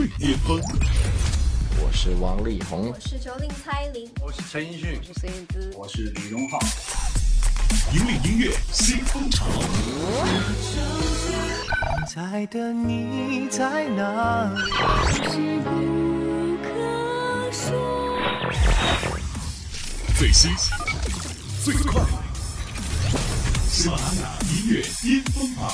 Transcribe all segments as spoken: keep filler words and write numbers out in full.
最巅峰。 我是王力宏， 我是九零蔡琳， 我是陈奕迅， 我是燕姿， 我是李荣浩。 引领音乐新风潮。 在的你在哪里？ 最新最快，喜马拉雅音乐巅峰榜。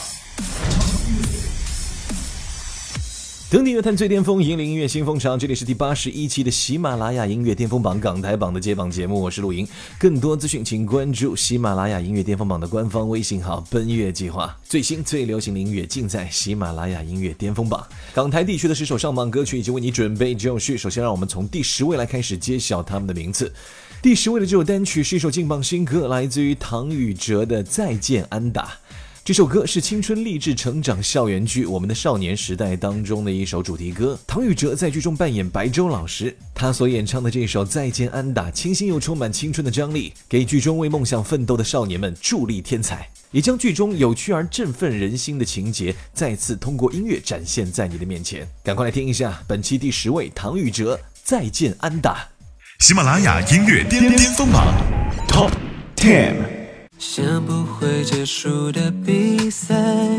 登顶乐坛最巅峰，引领音乐新风潮。这里是第八十一期的喜马拉雅音乐巅峰榜港台榜的揭榜节目，我是陆莹。更多资讯请关注喜马拉雅音乐巅峰榜的官方微信号奔月计划。最新最流行的音乐尽在喜马拉雅音乐巅峰榜。港台地区的十首上榜歌曲已经为你准备就绪。首先让我们从第十位来开始揭晓他们的名次。第十位的这首单曲是一首劲爆新歌，来自于唐禹哲的《再见安达》。这首歌是青春励志成长校园剧《我们的少年时代》当中的一首主题歌。唐禹哲在剧中扮演白周老师，他所演唱的这首《再见安达》，清新又充满青春的张力，给剧中为梦想奋斗的少年们助力添彩，也将剧中有趣而振奋人心的情节再次通过音乐展现在你的面前。赶快来听一下本期第十位唐禹哲《再见安达》。 喜马拉雅音乐巅巅峰榜 Top Ten。 像不会结束的比赛，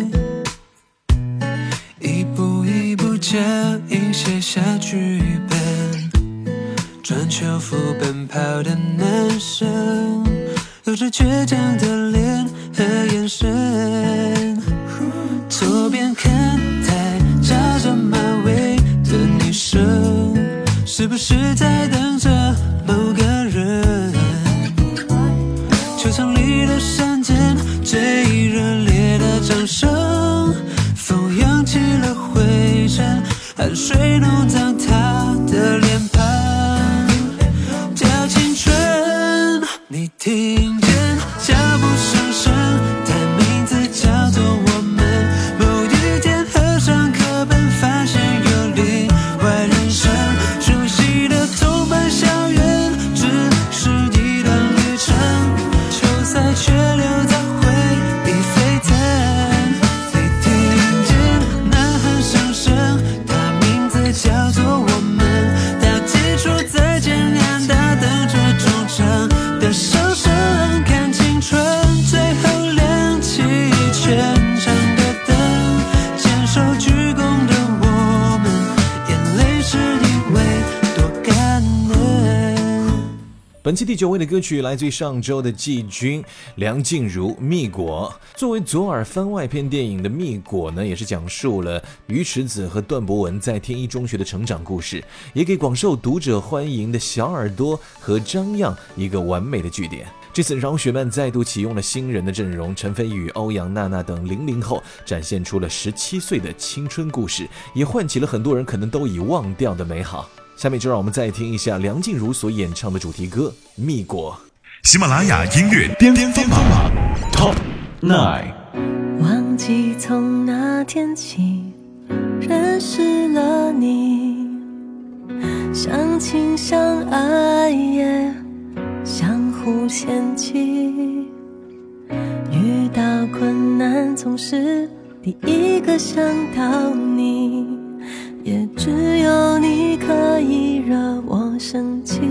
一步一步脚印写下剧本，转球服奔跑的男生，有着倔强的脸和眼神。左边看台扎着马尾的女生，是不是在等着某个人？球场里的闪电，最热烈的掌声，风扬起了灰尘，汗水弄脏他的脸庞。叫青春，你听见脚步声声，它名字叫做我们。某一天合上课本，发现有另外人生，熟悉的同伴校园，只是一段旅程。却留在回忆沸腾，你听见呐喊声声，它名字叫做我们。它记住再见安达，等着中场的上升，看青春最后亮起全场的灯，坚守鞠躬的我们，眼泪是因为多感人。 本期第九位的歌曲来自于上周的季军梁静茹《蜜果》。作为左耳番外篇电影的《蜜果》呢，也是讲述了于池子和段博文在天一中学的成长故事，也给广受读者欢迎的小耳朵和张漾一个完美的句点。这次饶雪漫再度启用了新人的阵容，陈飞宇、欧阳娜娜等零零后展现出了十七岁的青春故事，也唤起了很多人可能都已忘掉的美好。下面就让我们再听一下梁静茹所演唱的主题歌《蜜果》。 喜马拉雅音乐巅巅峰榜 Top Nine。 忘记从那天起认识了你，相亲相爱也相互嫌弃，遇到困难总是第一个想到你，也只有你可以惹我生气。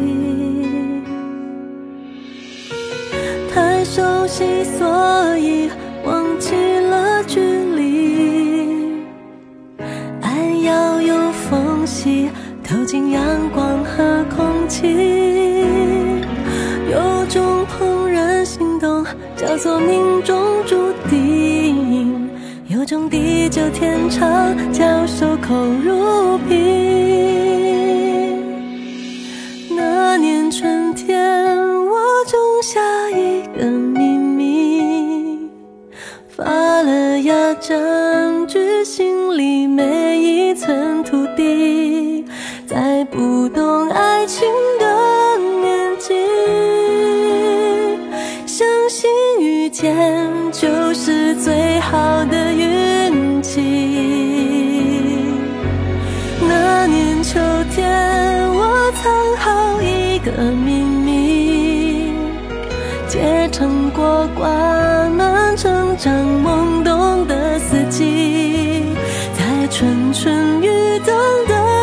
太熟悉，所以忘记了距离，爱要有缝隙，透进阳光和空气，有种怦然心动叫做命中注定，有种地久天长叫守口如瓶。那年春天我种下一个秘密，发了芽占据心里每一寸土地，在不懂爱情的年纪，相信遇见就是最好的运气。那年秋天我藏好一个秘密，结成果挂满成长懵懂的四季，在蠢蠢欲动的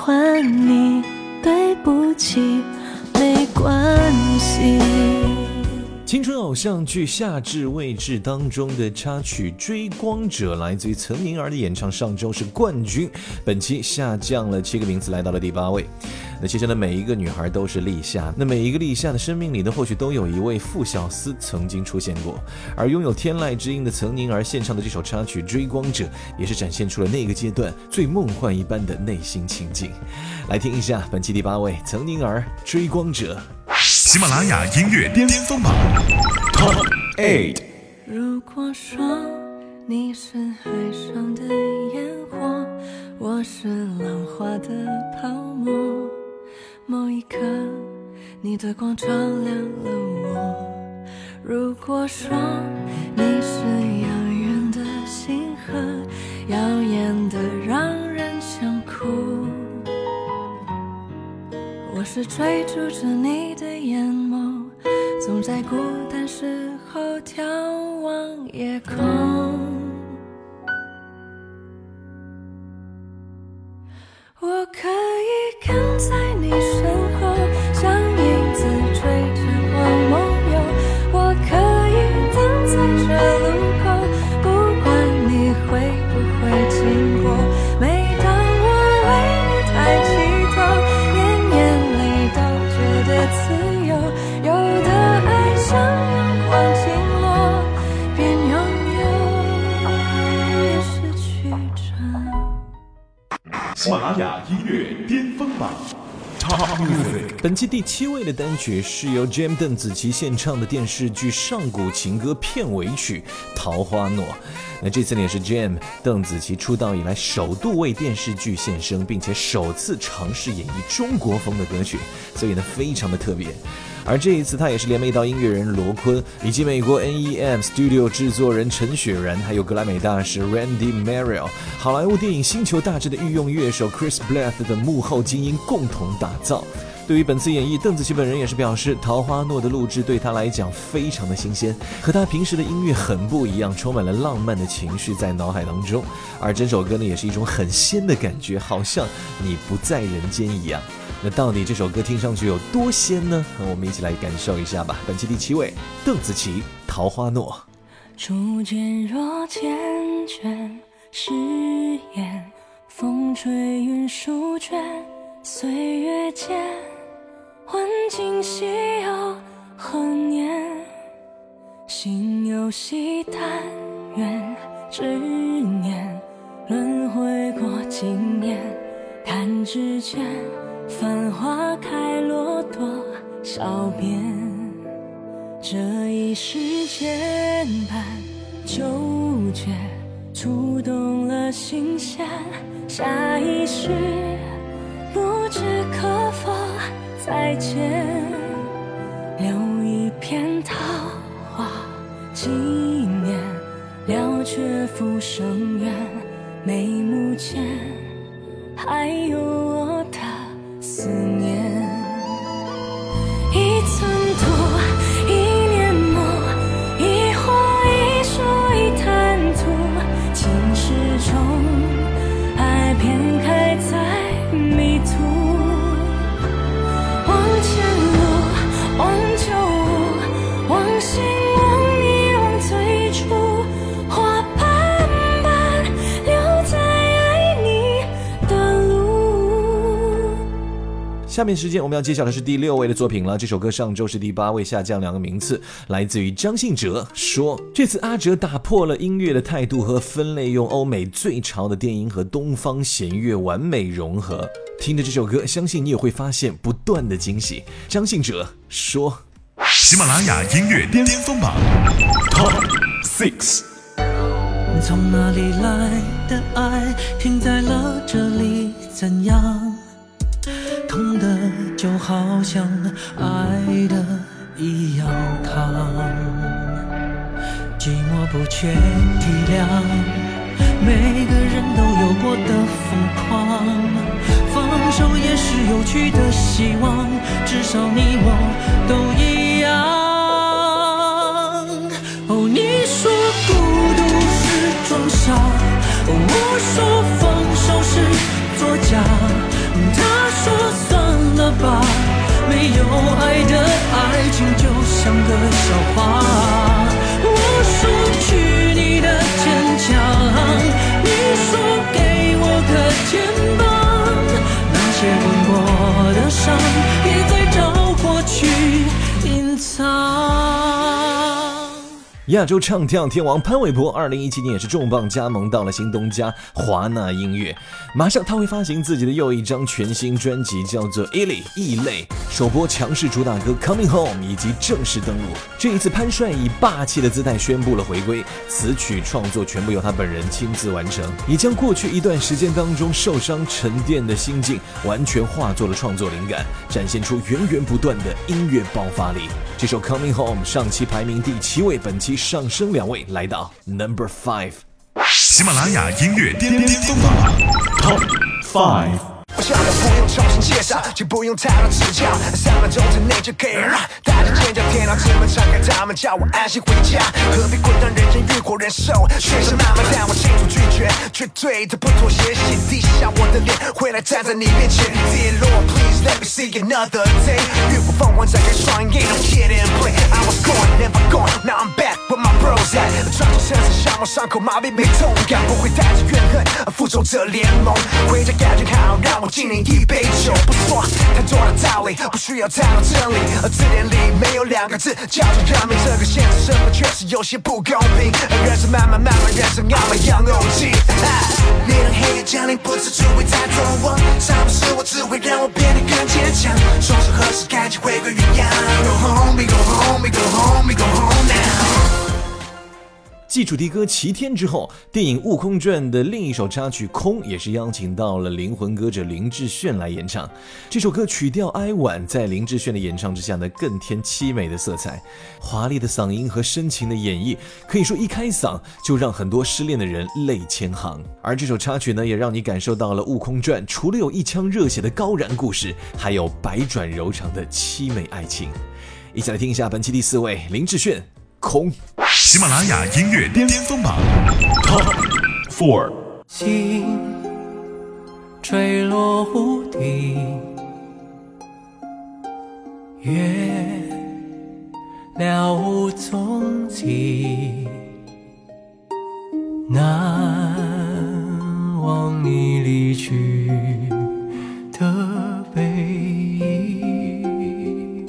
欢你，对不起，没关系。 青春偶像剧《夏至未至》当中的插曲《追光者》来自于岑宁儿的演唱，上周是冠军，本期下降了七个名次，来到了第八位。那其实呢，每一个女孩都是立夏，那每一个立夏的生命里呢，或许都有一位傅小司曾经出现过。而拥有天籁之音的岑宁儿献唱的这首插曲《追光者》，也是展现出了那个阶段最梦幻一般的内心情境。来听一下本期第八位，岑宁儿《追光者》。 喜马拉雅音乐巅峰榜 Top 八。 如果说你是海上的烟火，我是浪花的泡沫，某一刻你的光照亮了我。如果说你是遥远的星河，耀眼的让人想哭，我是追逐着你的眼眸，总在孤单时候眺望夜空。我可以跟在你身后，像影子追着我梦游。我可以等在这路口，不管你会不会经过。每当我为你抬起头，连眼泪都觉得自由。有的爱像阳光倾落，边拥有边失去着。 喜马拉雅音乐巅峰榜 Top Music。 本期第七位的单曲是由 J M 邓紫棋献唱的电视剧《上古情歌》片尾曲《桃花诺》。那这次呢也是 J M 邓紫棋出道以来首度为电视剧献声，并且首次尝试演绎中国风的歌曲，所以呢非常的特别。而这一次他也是联袂到音乐人罗坤，以及美国 N E M Studio 制作人陈雪然，还有格莱美大师 Randy Marriott， 好莱坞电影《星球大战》的御用乐手 Chris Black 的幕后精英共同打造。对于本次演绎，邓紫棋本人也是表示，《桃花诺》的录制对她来讲非常的新鲜，和她平时的音乐很不一样，充满了浪漫的情绪在脑海当中。而整首歌呢，也是一种很仙的感觉，好像你不在人间一样。那到底这首歌听上去有多仙呢？我们一起来感受一下吧。本期第七位，邓紫棋《桃花诺》。 初见若缱绻，誓言风吹云舒卷，岁月间问今夕又何年？心有惜但愿执念，轮回过经年，弹指间繁花开落多少遍？这一世间般纠结，触动了心弦，下一世不知可否再见，留一片桃花纪念，了却浮生缘，眉目间还有我的思念。一寸土，一年暮，一花一树一滩土，情始终爱偏开在迷途。往前路，往旧物，往心往你往最初，花瓣般留在爱你的路。 下面时间我们要揭晓的是第六位的作品了。这首歌上周是第八位，下降两个名次，来自于张信哲。说这次阿哲打破了音乐的态度和分类，用欧美最潮的电音和东方弦乐完美融合。听着这首歌，相信你也会发现不断的惊喜。张信哲说。 喜马拉雅音乐巅峰榜 Top Six。 从哪里来的爱停在了这里，怎样痛的就好像爱的一样烫，寂寞不缺体谅，每个人都有过的疯狂，放手也是有趣的希望，至少你我都一样。哦，你说孤独是装傻，哦，我说放手是作假， 吧，没有爱的爱情就像个笑话。我说去你的坚强，你说给我个肩膀，那些吻过的伤也在找过去隐藏。 亚洲唱跳天王潘玮柏二零一七年也是重磅加盟到了新东家华纳音乐，马上他会发行自己的又一张全新专辑，叫做 Illy 异类，首播强势主打歌 Coming Home 以及正式登陆。这一次潘帅以霸气的姿态宣布了回归，词曲创作全部由他本人亲自完成，也将过去一段时间当中受伤沉淀的心境完全化作了创作灵感，展现出源源不断的音乐爆发力。这首 Coming Home 上期排名第七位，本期上升两位，来到 Number Five。 喜马拉雅音乐巅巅峰榜 Top Five。 我想的不用重新介绍，就不用太多指教，三分钟之内就可以让大家尖叫，天堂之门敞开，他们叫我安心回家，何必滚烫人间欲火人受，血色漫漫，但我清楚拒绝，绝对的不妥协，写低下我的脸，回来站在你面前。Dear Lord, please let me see another day。浴火凤凰展开双眼 ，No kid and play。I was gone, never gone, now I'm back where my bros at。抓住绳子，像我伤口麻痹没痛感，不会带着怨恨，复仇者联盟，回家感觉好，让我。今年一杯酒不爽，太多的道理不需要太多真理，而字典里没有两个字叫做人民。这个现实生活确实有些不公平，人生慢慢慢慢，人生I'm a young O G。你让黑夜降临，不是只会太多我，伤不是我，只会让我变得更坚强。双手合十，感情回归原样。Go home, go home, go home, go home now。 继主题歌《齐天》之后，电影《悟空传》的另一首插曲《空》也是邀请到了灵魂歌者林志炫来演唱。这首歌曲调哀婉，在林志炫的演唱之下呢，更添凄美的色彩。华丽的嗓音和深情的演绎，可以说一开嗓就让很多失恋的人泪千行。而这首插曲呢，也让你感受到了《悟空传》除了有一腔热血的高燃故事，还有百转柔肠的凄美爱情。一起来听一下本期第四位林志炫《空》。 喜马拉雅音乐巅峰榜 Top Four。 心坠落湖底，月了无踪迹，难忘你离去的背影，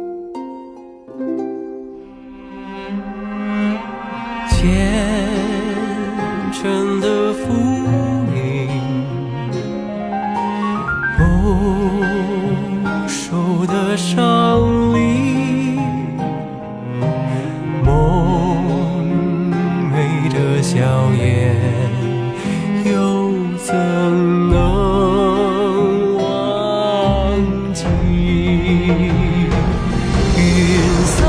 虔诚的浮影，不数的伤离，梦寐的笑颜，又怎能忘记？云散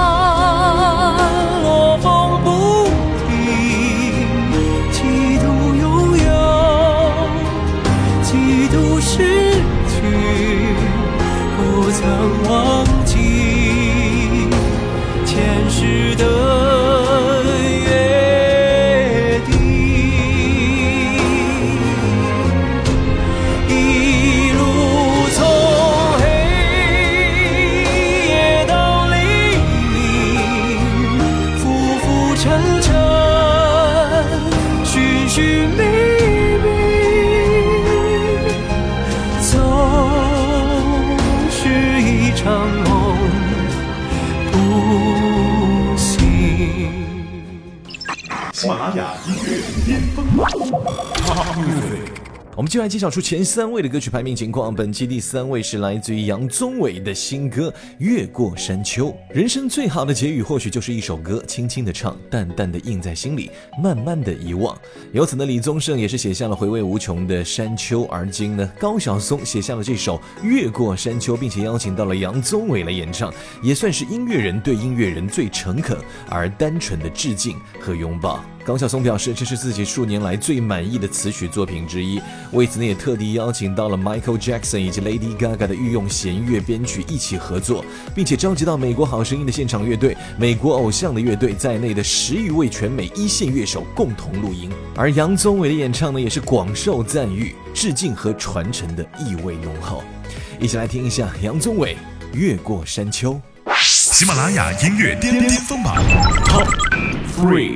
落风不停，几度拥有，几度失去，不曾忘记前世的约定。一路从黑夜到黎明，浮浮沉沉，寻寻觅觅，总是一场梦不醒。 喜马拉雅音乐巅峰榜 Top Music。 我们就来介绍出前三位的歌曲排名情况。本期第三位是来自于杨宗纬的新歌《越过山丘》。人生最好的结语或许就是一首歌，轻轻的唱，淡淡的印在心里，慢慢的遗忘。由此呢，李宗盛也是写下了回味无穷的山丘，而今呢，高晓松写下了这首《越过山丘》，并且邀请到了杨宗纬来演唱，也算是音乐人对音乐人最诚恳而单纯的致敬和拥抱。 高晓松表示，这是自己数年来最满意的词曲作品之一，为此呢也特地邀请到了 Michael Jackson 以及 Lady Gaga 的御用弦乐编曲一起合作，并且召集到美国好声音的现场乐队、美国偶像的乐队在内的十余位全美一线乐手共同录音。而杨宗纬的演唱呢也是广受赞誉，致敬和传承的意味浓厚。一起来听一下杨宗纬《越过山丘》。 喜马拉雅音乐巅巅峰榜 Top Three。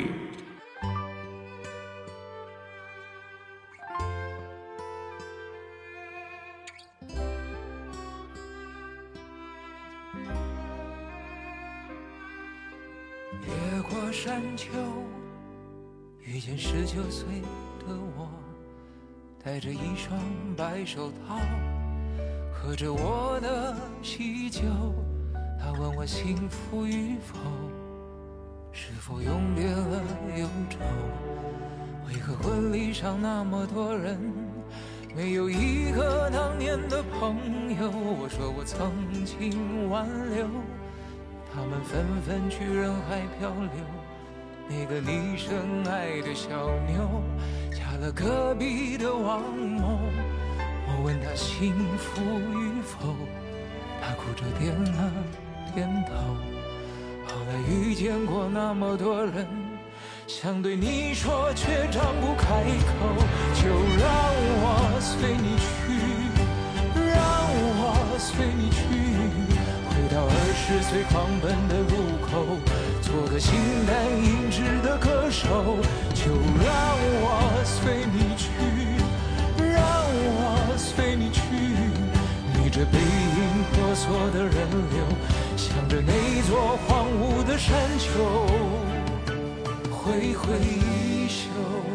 越过山丘，遇见十九岁的我，戴着一双白手套，喝着我的喜酒。他问我幸福与否，是否永别了忧愁？为何婚礼上那么多人，没有一个当年的朋友？我说我曾经挽留，他们纷纷去人海漂流。那个你深爱的小妞，嫁了隔壁的王某。我问他幸福与否，他哭着点了点头。后来遇见过那么多人，想对你说却张不开口。就让我随你去，让我随你去，回到二十岁狂奔的路口，做个形单影只的歌手。就让我随你去，让我随你去，逆着背影婆娑的人流，向着那座荒芜的山丘挥挥衣袖。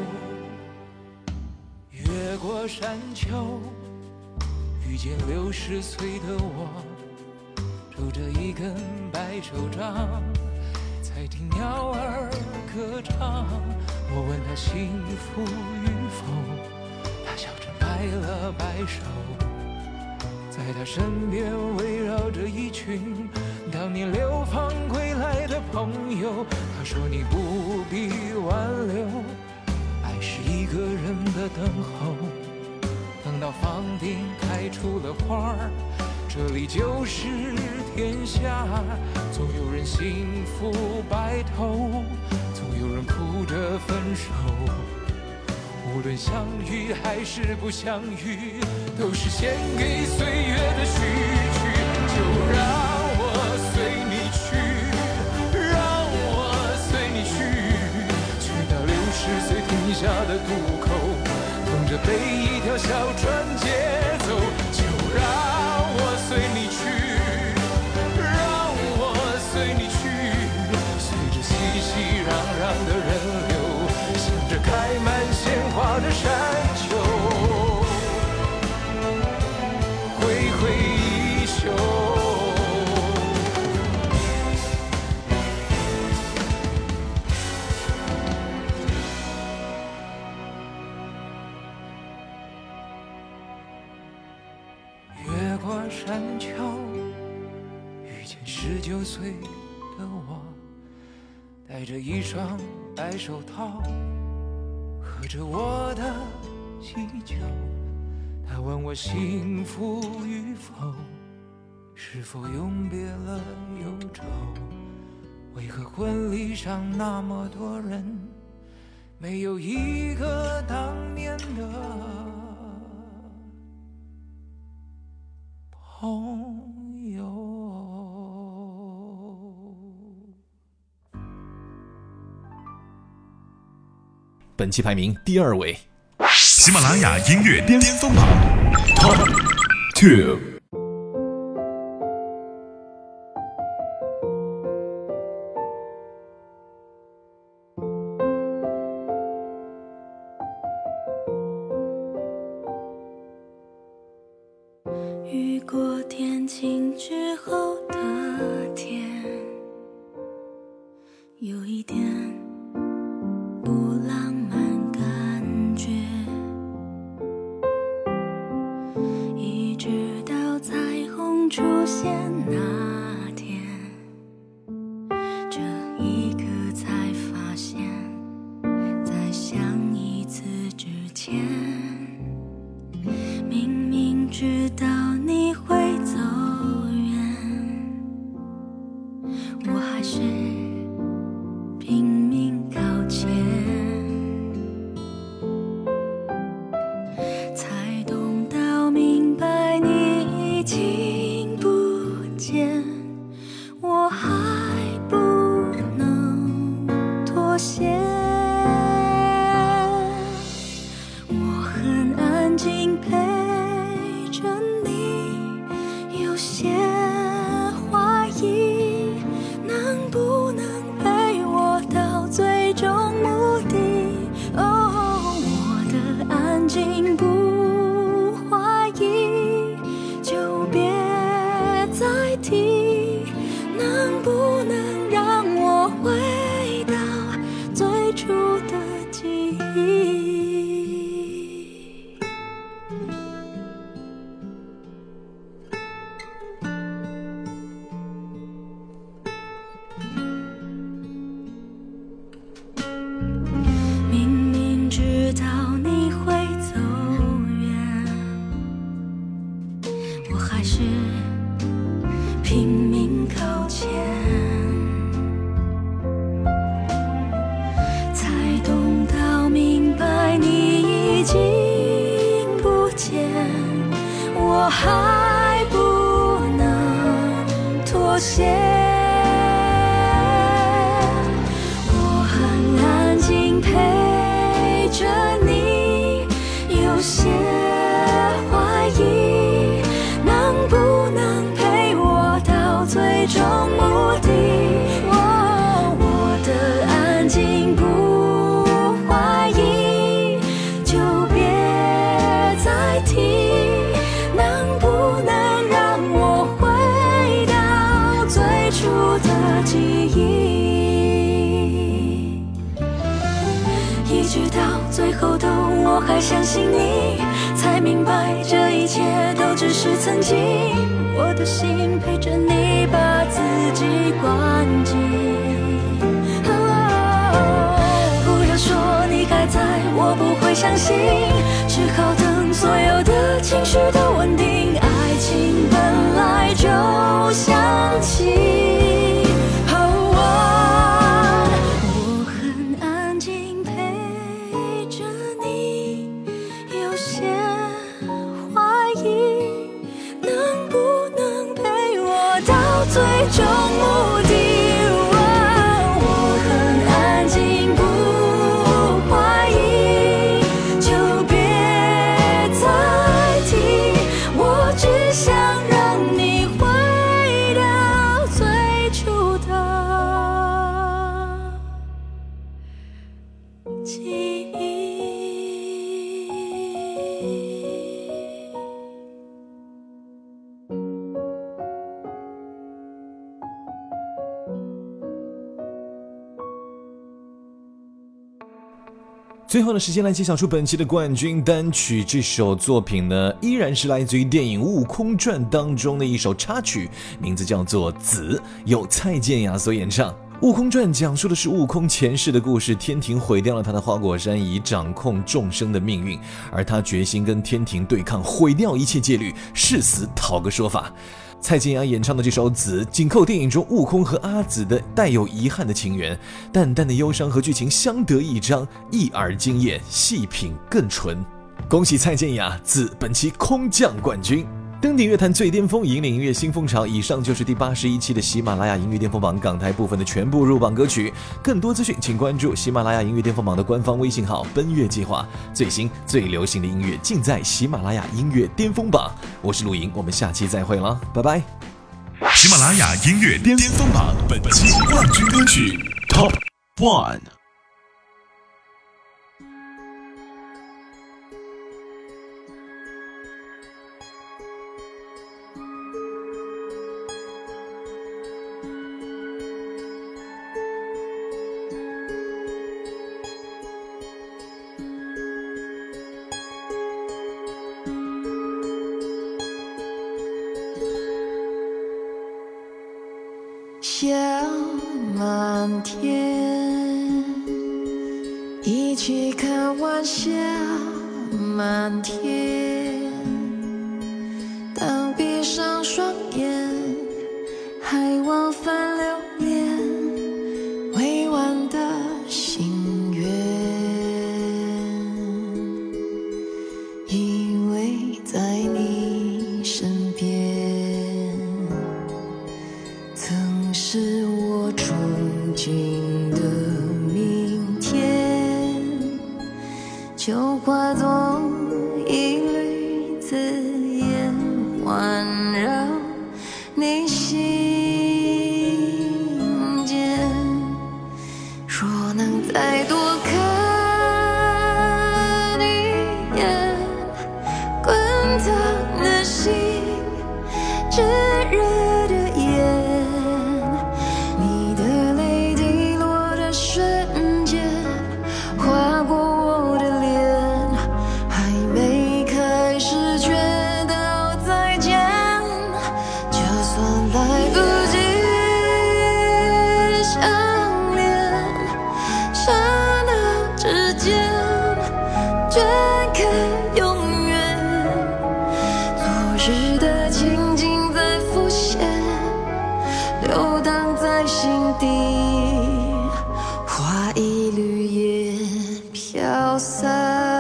越过山丘，遇见六十岁的我，拄着一根白手杖，在听鸟儿歌唱。我问他幸福与否，他笑着摆了摆手。在他身边围绕着一群当年流放归来的朋友。他说你不必挽留，爱是一个人的等候。等到房顶开出了花儿，这里就是天下。总有人幸福白头，总有人哭着分手。无论相遇还是不相遇，都是献给岁月的序曲。就让我随你去，让我随你去，去到六十岁停下的渡口，等着被一条小船接走。就让我随你去，让我随你去，随着熙熙攘攘的人流，向着开满鲜花的山丘挥挥衣袖。越过山丘，遇见十九岁的我，戴着一双白手套，喝着我的喜酒。他问我幸福与否，是否永别了忧愁？为何婚礼上那么多人，没有一个当年的朋友？ 本期排名第二位， 喜马拉雅音乐巅峰榜 Top Two。 雨过天晴之后的天，有一点不浪漫感觉，一直到彩虹出现那天，这一刻才发现前，明明知道你会走远，我还是拼命靠前，才懂到明白你已经不见，我还不能妥协。我很安静陪着你，有些怀疑能不能陪我到最终目的。哦，我的安静不怀疑，就别再提，能不能让我回到最初的记忆。明明知道你会走远，我还是拼命靠前，才懂到明白你已经不见，我还不能妥协。我很安静陪着你，有些怀疑能不能陪我到最终目的。哦，我的安静不怀疑，就别再提，能不能让我回到最初的记忆。一直到最后的我还相信你，才明白这一切都只是曾经。我的心陪着你把自己关紧，哦，不要说你还在，我不会相信，只好等所有的情绪都稳定。爱情本来就像气，哦，我很安静陪着你，有些怀疑能不能陪我到最终目的。哦，我很安静不怀疑，就别再提，我只想让你回到最初的记忆。 最后的时间来揭晓出本期的冠军单曲，这首作品呢依然是来自于电影《悟空传》当中的一首插曲，名字叫做《紫》，由蔡健雅所演唱。《悟空传》讲述的是悟空前世的故事，天庭毁掉了他的花果山，以掌控众生的命运，而他决心跟天庭对抗，毁掉一切戒律，誓死讨个说法。蔡健雅演唱的这首《紫》，紧扣电影中悟空和阿紫的带有遗憾的情缘，淡淡的忧伤和剧情相得益彰，一耳惊艳，细品更纯。恭喜蔡健雅，《紫》本期空降冠军。登顶乐坛最巅峰，引领音乐新风潮。以上就是第八十一期的喜马拉雅音乐巅峰榜港台部分的全部入榜歌曲。更多资讯请关注喜马拉雅音乐巅峰榜的官方微信号奔月计划，最新最流行的音乐尽在喜马拉雅音乐巅峰榜。我是陆莹，我们下期再会了，拜拜。 喜马拉雅音乐巅峰榜本期冠军歌曲 Top One。 小满天，一起开玩笑。 满天。当闭上双眼，还往返流连，未完的心愿。依偎在你身边，曾是我憧憬的明天，就化作一缕紫烟，环绕你心间。若能再多看一眼，滚烫的心，炙热的眼，你的泪滴落的瞬间，划过我的脸，还没开始觉到再见，就算来不及相恋，刹那之间镌刻永远。昨日的情景在浮现，流荡在心底，化一缕烟飘散。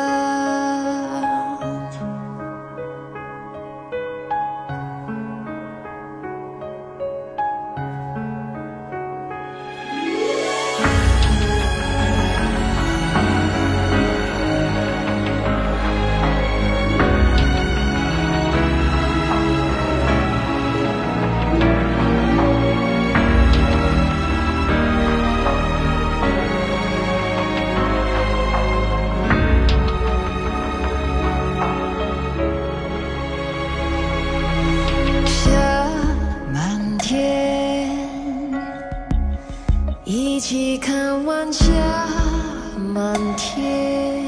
霞满天，一起看晚霞满天。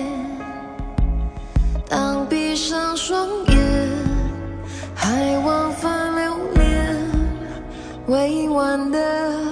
当闭上双眼，还往返流连，未完的